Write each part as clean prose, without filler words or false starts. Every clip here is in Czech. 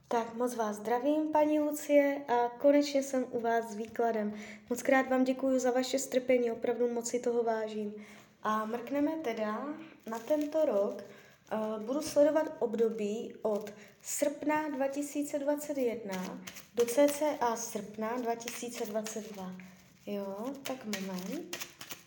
Tak moc vás zdravím, paní Lucie, a konečně jsem u vás s výkladem. Moc krát vám děkuji za vaše strpení, opravdu moc si toho vážím. A mrkneme teda na tento rok. Budu sledovat období od srpna 2021 do cca srpna 2022. Jo, tak moment.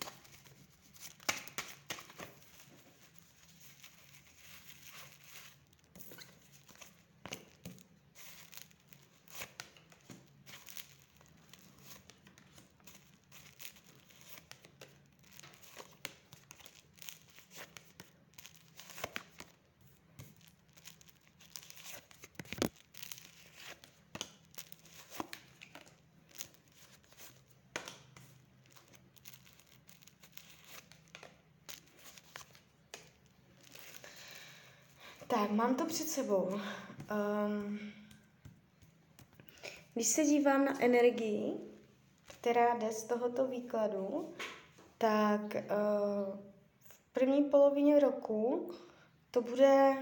Tak, mám to před sebou. Když se dívám na energii, která jde z tohoto výkladu, tak v první polovině roku to bude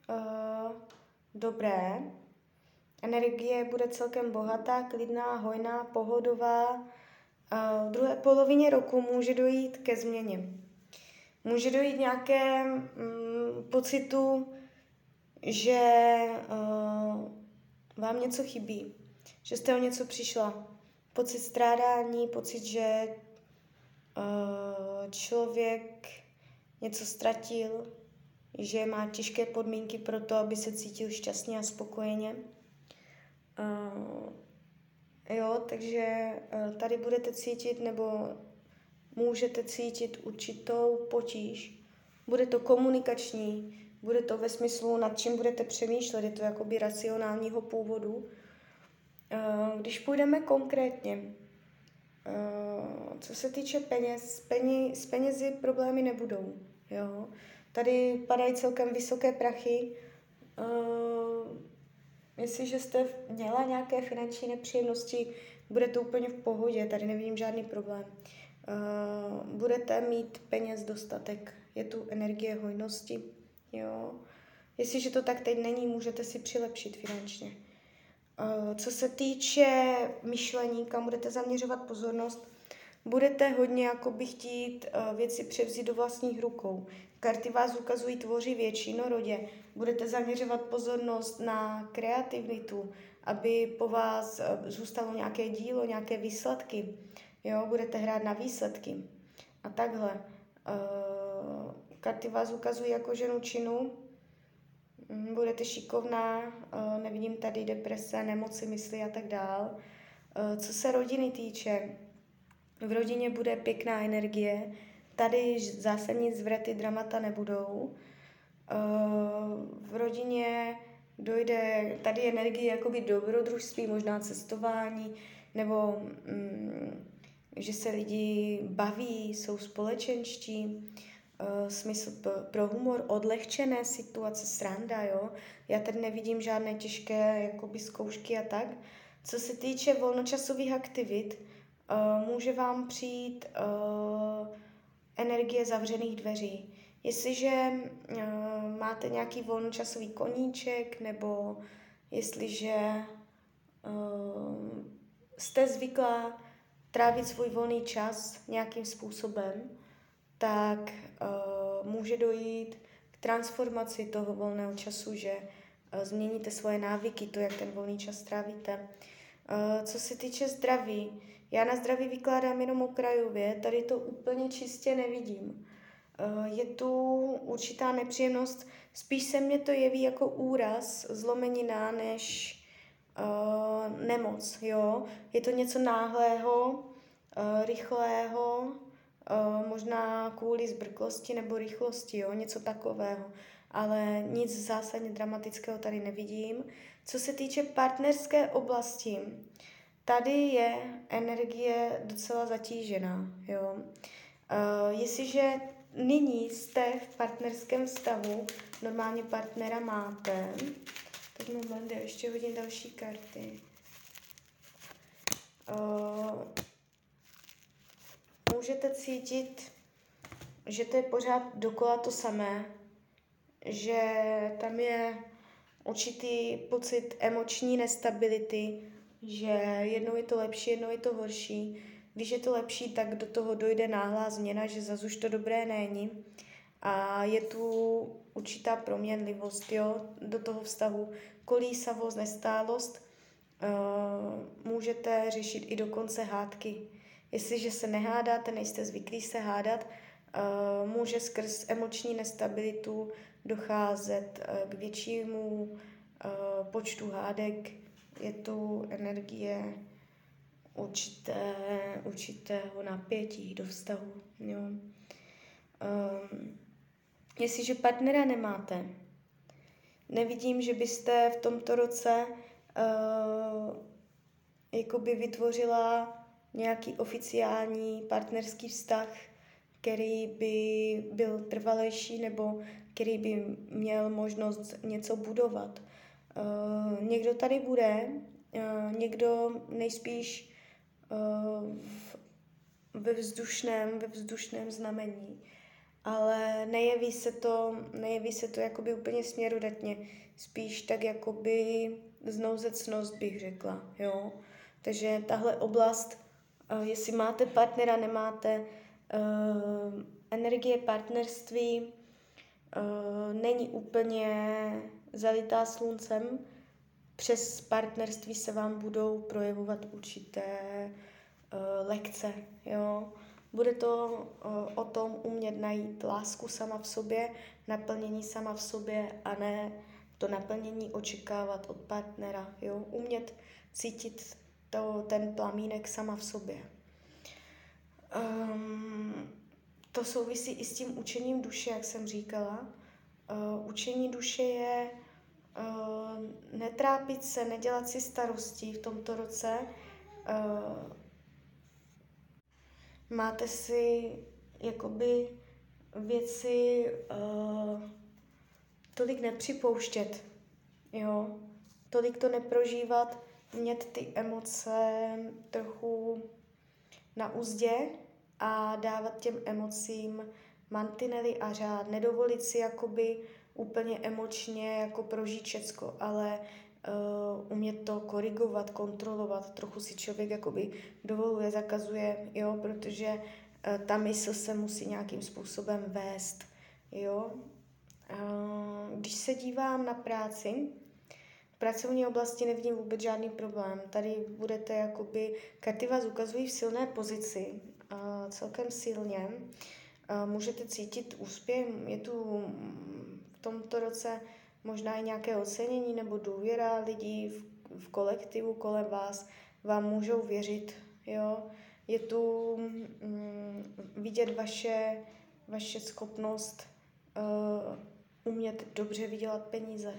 dobré. Energie bude celkem bohatá, klidná, hojná, pohodová. V druhé polovině roku může dojít ke změně. Může dojít nějaké pocitu, že vám něco chybí, že jste o něco přišla. Pocit strádání, pocit, že člověk něco ztratil, že má těžké podmínky pro to, aby se cítil šťastně a spokojeně. Takže tady budete cítit nebo můžete cítit určitou potíž. Bude to komunikační, bude to ve smyslu, nad čím budete přemýšlet, je to jakoby racionálního původu. Když půjdeme konkrétně, co se týče peněz, s penězi problémy nebudou. Jo? Tady padají celkem vysoké prachy. Jestliže jste měla nějaké finanční nepříjemnosti, bude to úplně v pohodě, tady nevidím žádný problém. Budete mít peněz dostatek, je tu energie hojnosti. Jo? Jestliže to tak teď není, můžete si přilepšit finančně. Co se týče myšlení, kam budete zaměřovat pozornost, budete hodně jakoby chtít věci převzít do vlastních rukou. Karty vás ukazují tvořivě, činorodě. Budete zaměřovat pozornost na kreativitu, aby po vás zůstalo nějaké dílo, nějaké výsledky. Jo, budete hrát na výsledky. A takhle. Karty vás ukazují jako ženu činu. Budete šikovná, nevidím tady deprese, nemoci mysli a tak dál. Co se rodiny týče, v rodině bude pěkná energie, tady zásadní zvraty, dramata nebudou. V rodině dojde tady energie jakoby dobrodružství, možná cestování, nebo že se lidi baví, jsou společenští, smysl pro humor, odlehčené situace, sranda, jo. Já tady nevidím žádné těžké jakoby zkoušky a tak. Co se týče volnočasových aktivit, může vám přijít energie zavřených dveří. Jestliže máte nějaký volnočasový koníček, nebo jestliže jste zvyklá trávit svůj volný čas nějakým způsobem, tak může dojít k transformaci toho volného času, že změníte svoje návyky, to, jak ten volný čas trávíte. Co se týče zdraví, já na zdraví vykládám jenom okrajově, tady to úplně čistě nevidím. Je tu určitá nepříjemnost, spíš se mně to jeví jako úraz, zlomenina, než nemoc. Jo? Je to něco náhlého, rychlého, možná kvůli zbrklosti nebo rychlosti, jo? Něco takového. Ale nic zásadně dramatického tady nevidím. Co se týče partnerské oblasti, tady je energie docela zatížená. Jo? Jestliže nyní jste v partnerském vztahu, normálně partnera máte, tak moment, já ještě hodím další karty. Můžete cítit, že to je pořád dokola to samé, že tam je určitý pocit emoční nestability, že jednou je to lepší, jednou je to horší. Když je to lepší, tak do toho dojde náhlá změna, že zase už to dobré není. A je tu určitá proměnlivost, jo, do toho vztahu. Kolísavost, nestálost. Můžete řešit i dokonce hádky. Jestliže se nehádáte, nejste zvyklí se hádat, může skrz emoční nestabilitu docházet k většímu počtu hádek. Je tu energie určitého napětí do vztahu. Jo. Jestliže partnera nemáte, nevidím, že byste v tomto roce jakoby vytvořila nějaký oficiální partnerský vztah, který by byl trvalejší nebo který by měl možnost něco budovat. Někdo tady bude, někdo nejspíš ve vzdušném znamení, ale nejeví se to jakoby úplně směrodatně, spíš tak jakoby znouzecnost bych řekla, jo. Takže tahle oblast, jestli máte partnera, nemáte, energie partnerství není úplně zalitá sluncem, přes partnerství se vám budou projevovat určité lekce, jo. Bude to o tom umět najít lásku sama v sobě, naplnění sama v sobě a ne to naplnění očekávat od partnera, jo. Umět cítit ten plamínek sama v sobě. To souvisí i s tím učením duše, jak jsem říkala. Učení duše je netrápit se, nedělat si starosti v tomto roce. Máte si jakoby věci tolik nepřipouštět, jo? Tolik to neprožívat, mít ty emoce trochu na uzdě a dávat těm emocím mantinely a řád. Nedovolit si jakoby úplně emočně jako prožít všecko, ale umět to korigovat, kontrolovat. Trochu si člověk jakoby dovoluje, zakazuje, jo, protože ta mysl se musí nějakým způsobem vést, jo. Když se dívám na práci, v pracovní oblasti nevidím vůbec žádný problém. Tady budete jakoby, karty vás ukazují v silné pozici, celkem silně. Můžete cítit úspěch, je tu v tomto roce možná i nějaké ocenění nebo důvěra lidí v kolektivu kolem vás, vám můžou věřit, jo. Je tu vidět vaše schopnost umět dobře vydělat peníze.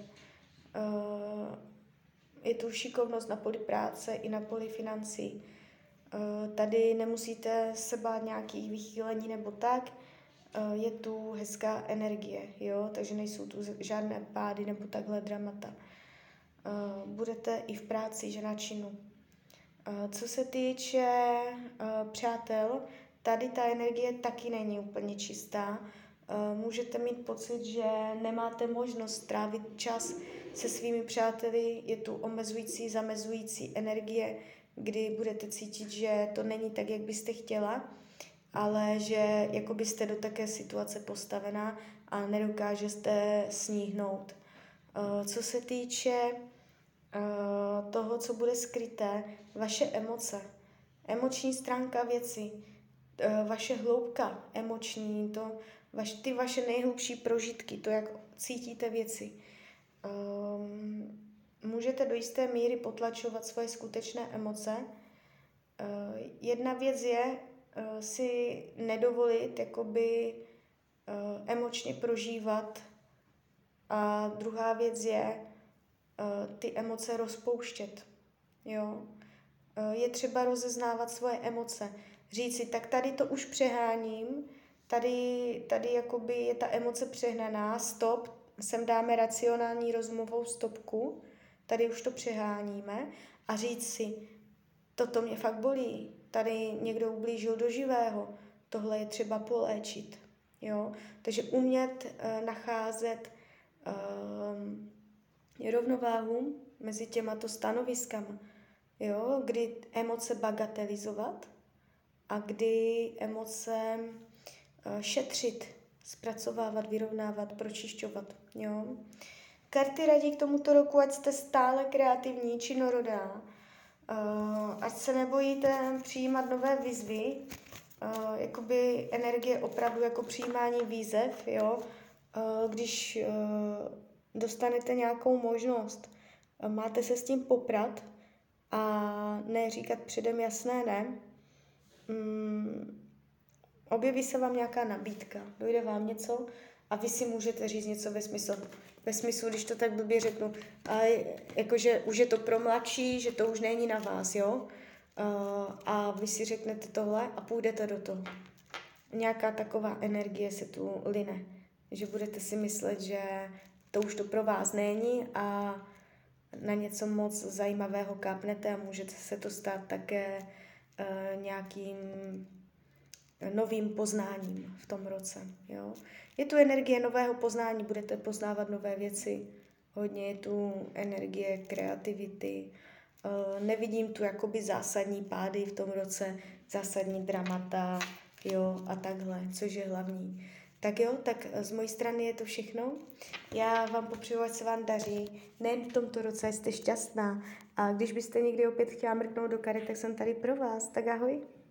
Je tu šikovnost na poli práce i na poli financí. Tady nemusíte se bát nějakých vychýlení nebo tak. Je tu hezká energie, jo? Takže nejsou tu žádné pády nebo takhle dramata. Budete i v práci, že na činu. Co se týče přátel, tady ta energie taky není úplně čistá. Můžete mít pocit, že nemáte možnost trávit čas se svými přáteli, je tu omezující, zamezující energie, kdy budete cítit, že to není tak, jak byste chtěla, ale že jako byste do také situace postavená a nedokážete sníhnout. Co se týče toho, co bude skryté, vaše emoce, emoční stránka věci, vaše hloubka emoční, ty vaše nejhlubší prožitky, to, jak cítíte věci. Můžete do jisté míry potlačovat svoje skutečné emoce. Jedna věc je si nedovolit jakoby emočně prožívat a druhá věc je ty emoce rozpouštět. Jo? Je třeba rozeznávat svoje emoce. Říct si, tak tady to už přeháním, tady jakoby je ta emoce přehnaná, stop, sem dáme racionální rozumovou stopku, tady už to přeháníme a říct si, toto mě fakt bolí, tady někdo ublížil do živého, tohle je třeba poléčit. Jo? Takže umět nacházet rovnováhu mezi těmato stanoviskama, jo, kdy emoce bagatelizovat a kdy emoce šetřit, zpracovávat, vyrovnávat, pročišťovat, jo. Karty radí k tomuto roku, ať jste stále kreativní, činorodá, ať se nebojíte přijímat nové výzvy, jakoby energie opravdu jako přijímání výzev, jo, když dostanete nějakou možnost, máte se s tím poprat a ne říkat předem jasné ne. Objeví se vám nějaká nabídka, dojde vám něco a vy si můžete říct něco ve smyslu, když to tak blbě řeknu, jakože už je to pro mladší, že to už není na vás, jo? A vy si řeknete tohle a půjdete do toho. Nějaká taková energie se tu line, že budete si myslet, že to už to pro vás není a na něco moc zajímavého kápnete a může se to stát také nějakým novým poznáním v tom roce. Jo? Je tu energie nového poznání, budete poznávat nové věci, hodně je tu energie kreativity, nevidím tu jakoby zásadní pády v tom roce, zásadní dramata, jo, a takhle, což je hlavní. Tak jo, tak z mojí strany je to všechno. Já vám popřeju, ať se vám daří. Nejen v tomto roce jste šťastná. A když byste někdy opět chtěla mrknout do karet, tak jsem tady pro vás. Tak ahoj.